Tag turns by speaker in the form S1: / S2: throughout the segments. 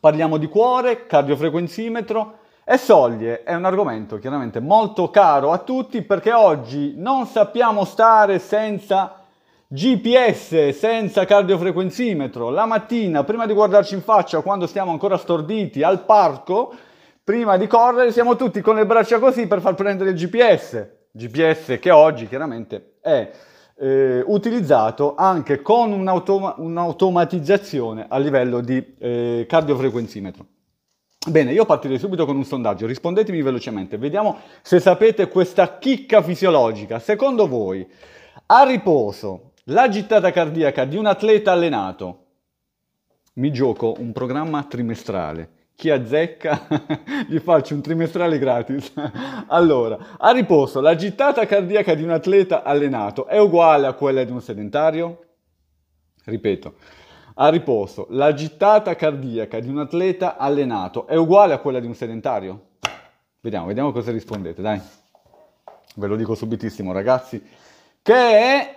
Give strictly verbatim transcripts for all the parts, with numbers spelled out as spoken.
S1: parliamo di cuore, cardiofrequenzimetro e soglie. È un argomento chiaramente molto caro a tutti perché oggi non sappiamo stare senza G P S, senza cardiofrequenzimetro. La mattina, prima di guardarci in faccia, quando stiamo ancora storditi al parco, prima di correre, siamo tutti con le braccia così per far prendere il G P S. G P S che oggi chiaramente è eh, utilizzato anche con un'automa- un'automatizzazione a livello di eh, cardiofrequenzimetro. Bene, io partirei subito con un sondaggio, rispondetemi velocemente, vediamo se sapete questa chicca fisiologica. Secondo voi, a riposo, la gittata cardiaca di un atleta allenato, mi gioco un programma trimestrale, chi azzecca gli faccio un trimestrale gratis. Allora, a riposo, la gittata cardiaca di un atleta allenato è uguale a quella di un sedentario? Ripeto, a riposo, la gittata cardiaca di un atleta allenato è uguale a quella di un sedentario? Vediamo, vediamo cosa rispondete, dai. Ve lo dico subitissimo, ragazzi, che è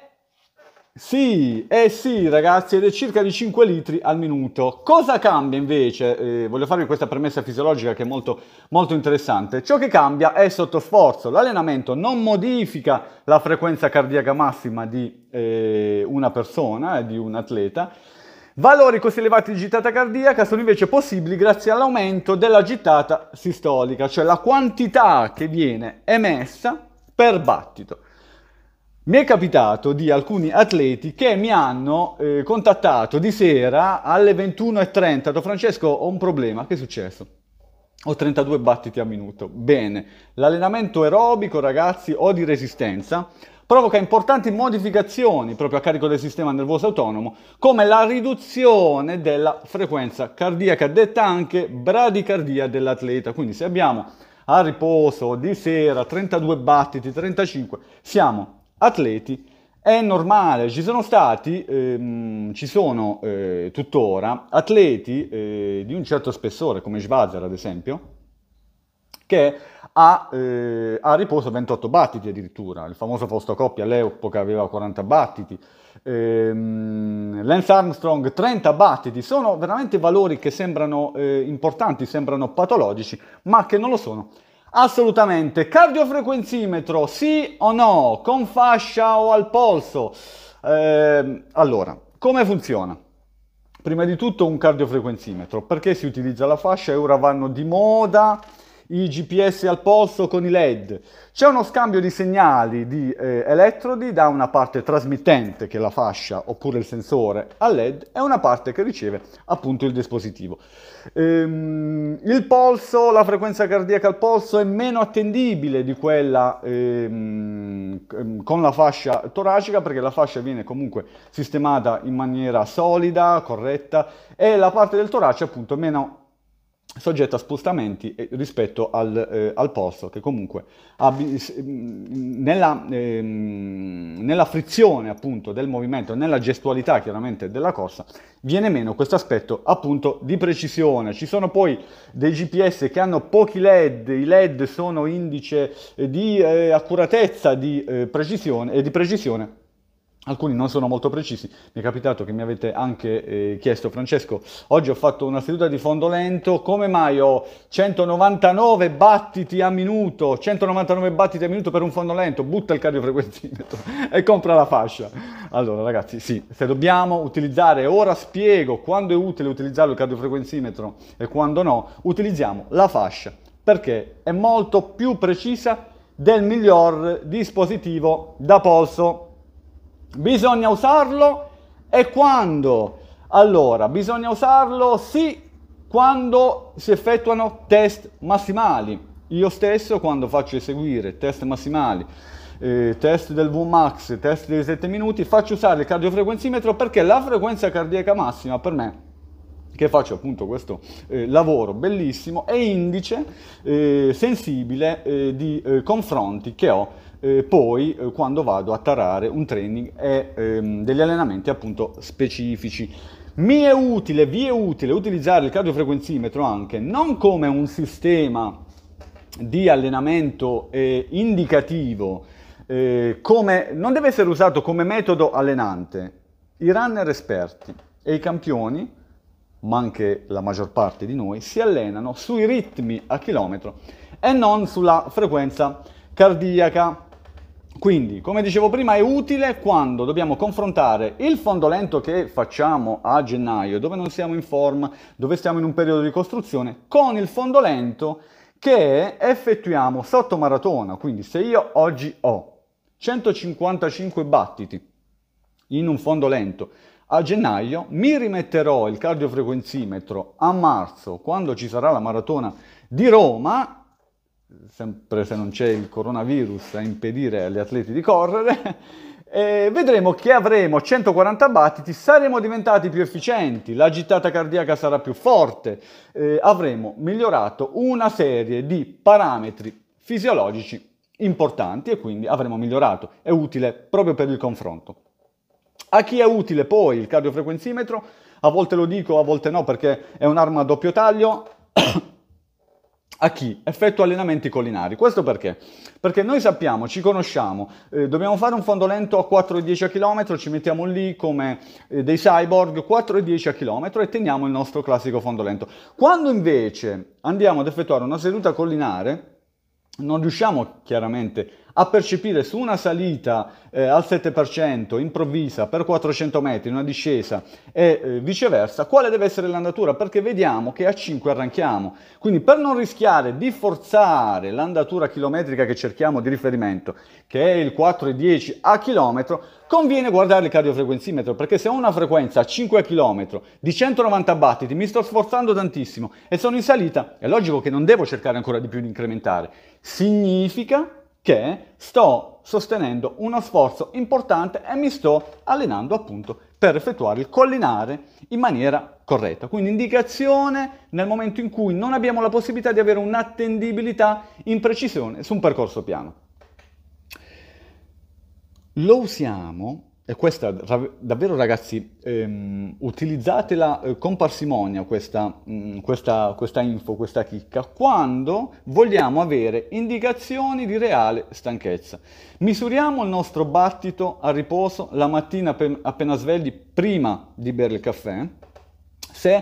S1: sì, eh sì ragazzi, ed è circa di cinque litri al minuto. Cosa cambia invece? Eh, voglio farvi questa premessa fisiologica che è molto, molto interessante. Ciò che cambia è sotto sforzo. L'allenamento non modifica la frequenza cardiaca massima di eh, una persona, eh, di un atleta. Valori così elevati di gittata cardiaca sono invece possibili grazie all'aumento della gittata sistolica, cioè la quantità che viene emessa per battito. Mi è capitato di alcuni atleti che mi hanno eh, contattato di sera alle ventuno e trenta. Don Francesco, ho un problema. Che è successo? Ho trentadue battiti a minuto. Bene, l'allenamento aerobico, ragazzi, o di resistenza, provoca importanti modificazioni proprio a carico del sistema nervoso autonomo, come la riduzione della frequenza cardiaca, detta anche bradicardia dell'atleta. Quindi se abbiamo a riposo di sera trentadue battiti, trentacinque, siamo atleti, è normale. Ci sono stati, ehm, ci sono eh, tuttora atleti eh, di un certo spessore, come Schwarzer ad esempio, che ha eh, a riposo ventotto battiti addirittura. Il famoso Fausto Coppi all'epoca aveva quaranta battiti, ehm, Lance Armstrong trenta battiti. Sono veramente valori che sembrano eh, importanti, sembrano patologici, ma che non lo sono. Assolutamente. Cardiofrequenzimetro, sì o no? Con fascia o al polso? Eh, allora, come funziona? Prima di tutto un cardiofrequenzimetro. Perché si utilizza la fascia e ora vanno di moda i G P S al polso con i L E D? C'è uno scambio di segnali di eh, elettrodi da una parte trasmittente, che è la fascia oppure il sensore, all'L E D, e una parte che riceve appunto il dispositivo. Ehm, il polso, la frequenza cardiaca al polso è meno attendibile di quella ehm, con la fascia toracica, perché la fascia viene comunque sistemata in maniera solida, corretta, e la parte del torace appunto è meno soggetta a spostamenti rispetto al, eh, al polso, che comunque nella, ehm, nella frizione appunto del movimento, nella gestualità chiaramente della corsa, viene meno questo aspetto appunto di precisione. Ci sono poi dei G P S che hanno pochi L E D, i L E D sono indice di eh, accuratezza, di eh, precisione e di precisione. Alcuni non sono molto precisi. Mi è capitato che mi avete anche eh, chiesto: Francesco, oggi ho fatto una seduta di fondo lento, come mai ho centonovantanove battiti a minuto, centonovantanove battiti a minuto per un fondo lento? Butta il cardiofrequenzimetro e compra la fascia. Allora ragazzi, sì, se dobbiamo utilizzare, ora spiego quando è utile utilizzare il cardiofrequenzimetro e quando no, utilizziamo la fascia, perché è molto più precisa del miglior dispositivo da polso. Bisogna usarlo e quando? Allora, bisogna usarlo sì quando si effettuano test massimali. Io stesso quando faccio eseguire test massimali, eh, test del V max, test dei sette minuti, faccio usare il cardiofrequenzimetro, perché la frequenza cardiaca massima per me, che faccio appunto questo eh, lavoro bellissimo, è indice eh, sensibile eh, di eh, confronti che ho Eh, poi eh, quando vado a tarare un training e ehm, degli allenamenti appunto specifici. Mi è utile, vi è utile utilizzare il cardiofrequenzimetro anche non come un sistema di allenamento eh, indicativo, eh, come, non deve essere usato come metodo allenante. I runner esperti e i campioni ma anche la maggior parte di noi, si allenano sui ritmi a chilometro e non sulla frequenza cardiaca. Quindi, come dicevo prima, è utile quando dobbiamo confrontare il fondolento che facciamo a gennaio, dove non siamo in forma, dove stiamo in un periodo di costruzione, con il fondolento che effettuiamo sotto maratona. Quindi se io oggi ho centocinquantacinque battiti in un fondolento a gennaio, mi rimetterò il cardiofrequenzimetro a marzo, quando ci sarà la maratona di Roma, sempre se non c'è il coronavirus a impedire agli atleti di correre, e vedremo che avremo centoquaranta battiti, saremo diventati più efficienti, la gittata cardiaca sarà più forte, eh, avremo migliorato una serie di parametri fisiologici importanti e quindi avremo migliorato. È utile proprio per il confronto. A chi è utile poi il cardiofrequenzimetro? A volte lo dico, a volte no, perché è un'arma a doppio taglio. A chi effettua allenamenti collinari. Questo perché? Perché noi sappiamo, ci conosciamo, eh, dobbiamo fare un fondolento a quattro e dieci a chilometro, ci mettiamo lì come eh, dei cyborg, quattro e dieci a chilometro e teniamo il nostro classico fondolento. Quando invece andiamo ad effettuare una seduta collinare, non riusciamo chiaramente a percepire su una salita eh, al sette per cento improvvisa per quattrocento metri, una discesa e eh, viceversa, quale deve essere l'andatura, perché vediamo che a cinque arranchiamo. Quindi per non rischiare di forzare l'andatura chilometrica che cerchiamo di riferimento, che è il quattro e dieci a chilometro, conviene guardare il cardiofrequenzimetro, perché se ho una frequenza a cinque a chilometro di centonovanta battiti, mi sto sforzando tantissimo e sono in salita, è logico che non devo cercare ancora di più di incrementare. Significa che sto sostenendo uno sforzo importante e mi sto allenando appunto per effettuare il collinare in maniera corretta. Quindi indicazione nel momento in cui non abbiamo la possibilità di avere un'attendibilità in precisione su un percorso piano. Lo usiamo, e questa davvero ragazzi, ehm, utilizzatela eh, con parsimonia questa, mh, questa, questa info, questa chicca, quando vogliamo avere indicazioni di reale stanchezza. Misuriamo il nostro battito a riposo la mattina appena svegli, prima di bere il caffè. Se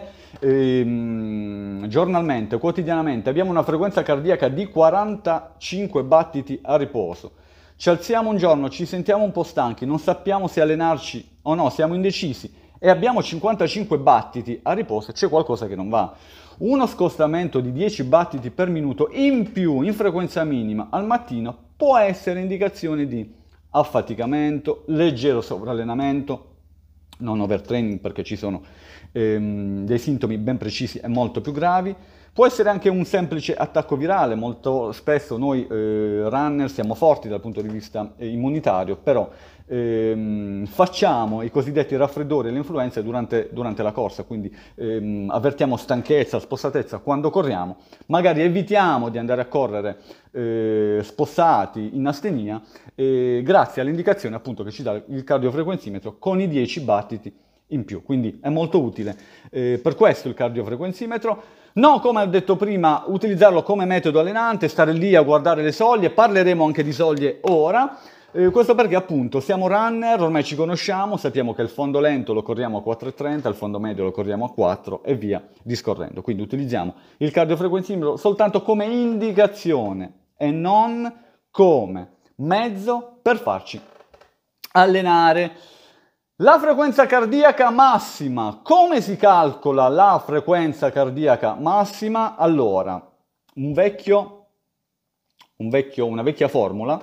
S1: ehm, giornalmente, quotidianamente abbiamo una frequenza cardiaca di quarantacinque battiti a riposo, ci alziamo un giorno, ci sentiamo un po' stanchi, non sappiamo se allenarci o no, siamo indecisi e abbiamo cinquantacinque battiti a riposo, c'è qualcosa che non va. Uno scostamento di dieci battiti per minuto in più in frequenza minima al mattino può essere indicazione di affaticamento, leggero sovrallenamento, non overtraining perché ci sono ehm, dei sintomi ben precisi e molto più gravi. Può essere anche un semplice attacco virale, molto spesso noi eh, runner siamo forti dal punto di vista eh, immunitario, però ehm, facciamo i cosiddetti raffreddori e le influenze durante, durante la corsa, quindi ehm, avvertiamo stanchezza, spossatezza quando corriamo, magari evitiamo di andare a correre eh, spossati in astenia, eh, grazie all'indicazione appunto che ci dà il cardiofrequenzimetro con i dieci battiti in più, quindi è molto utile. Eh, per questo il cardiofrequenzimetro. No, come ho detto prima, utilizzarlo come metodo allenante, stare lì a guardare le soglie, parleremo anche di soglie ora, eh, questo perché appunto siamo runner, ormai ci conosciamo, sappiamo che il fondo lento lo corriamo a quattro e trenta, il fondo medio lo corriamo a quattro e via discorrendo, quindi utilizziamo il cardiofrequenzimetro soltanto come indicazione e non come mezzo per farci allenare. La frequenza cardiaca massima. Come si calcola la frequenza cardiaca massima? Allora, un vecchio, un vecchio, una vecchia formula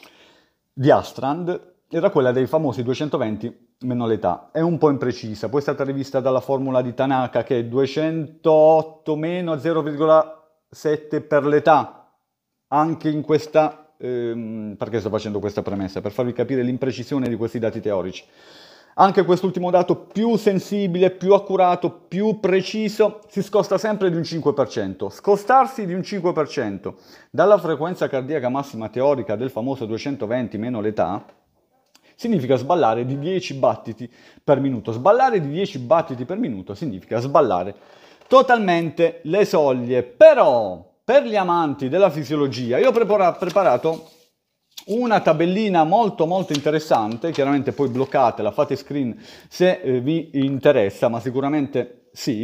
S1: di Astrand era quella dei famosi duecentoventi meno l'età. È un po' imprecisa, poi è stata rivista dalla formula di Tanaka che è duecentootto meno zero virgola sette per l'età. Anche in questa, ehm, perché sto facendo questa premessa? Per farvi capire l'imprecisione di questi dati teorici. Anche quest'ultimo dato più sensibile, più accurato, più preciso, si scosta sempre di un cinque per cento. Scostarsi di un cinque per cento dalla frequenza cardiaca massima teorica del famoso duecentoventi meno l'età significa sballare di dieci battiti per minuto. Sballare di dieci battiti per minuto significa sballare totalmente le soglie. Però, per gli amanti della fisiologia, io ho preparato una tabellina molto molto interessante, chiaramente poi bloccate, la fate screen se eh, vi interessa, ma sicuramente sì,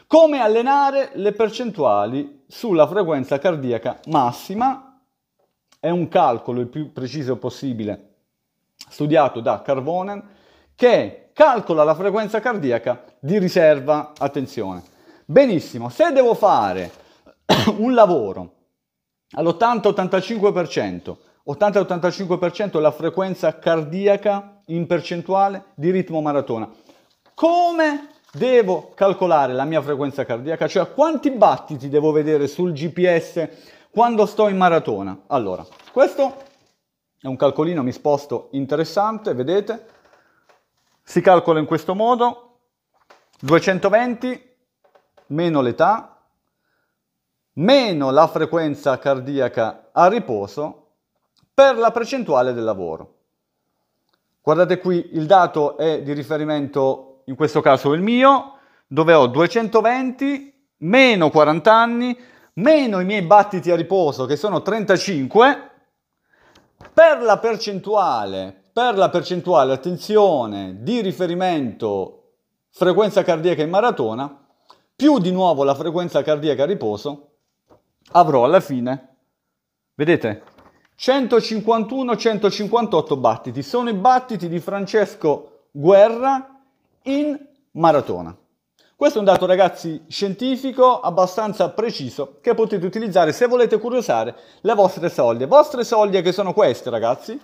S1: Come allenare le percentuali sulla frequenza cardiaca massima. È un calcolo il più preciso possibile studiato da Karvonen, che calcola la frequenza cardiaca di riserva. Attenzione. Benissimo, se devo fare un lavoro all'ottanta ottantacinque per cento, ottanta ottantacinque per cento la frequenza cardiaca in percentuale di ritmo maratona, come devo calcolare la mia frequenza cardiaca? Cioè quanti battiti devo vedere sul G P S quando sto in maratona? Allora, questo è un calcolino, mi sposto, interessante, vedete? Si calcola in questo modo: duecentoventi meno l'età meno la frequenza cardiaca a riposo per la percentuale del lavoro. Guardate qui, il dato è di riferimento, in questo caso il mio, dove ho duecentoventi meno quaranta anni meno i miei battiti a riposo, che sono trentacinque, per la percentuale, per la percentuale, attenzione, di riferimento frequenza cardiaca in maratona, più di nuovo la frequenza cardiaca a riposo, avrò alla fine, vedete, centocinquantuno centocinquantotto battiti. Sono i battiti di Francesco Guerra in maratona. Questo è un dato, ragazzi, scientifico, abbastanza preciso, che potete utilizzare se volete curiosare le vostre soglie. Vostre soglie che sono queste, ragazzi.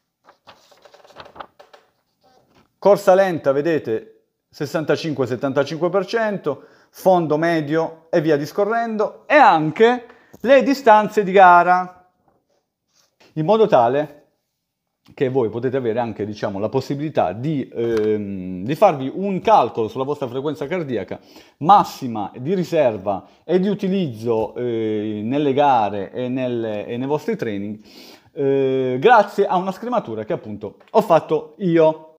S1: Corsa lenta, vedete, sessantacinque settantacinque per cento, fondo medio e via discorrendo, e anche le distanze di gara, in modo tale che voi potete avere anche, diciamo, la possibilità di, ehm, di farvi un calcolo sulla vostra frequenza cardiaca massima di riserva e di utilizzo eh, nelle gare e, nelle, e nei vostri training, eh, grazie a una scrematura che appunto ho fatto io.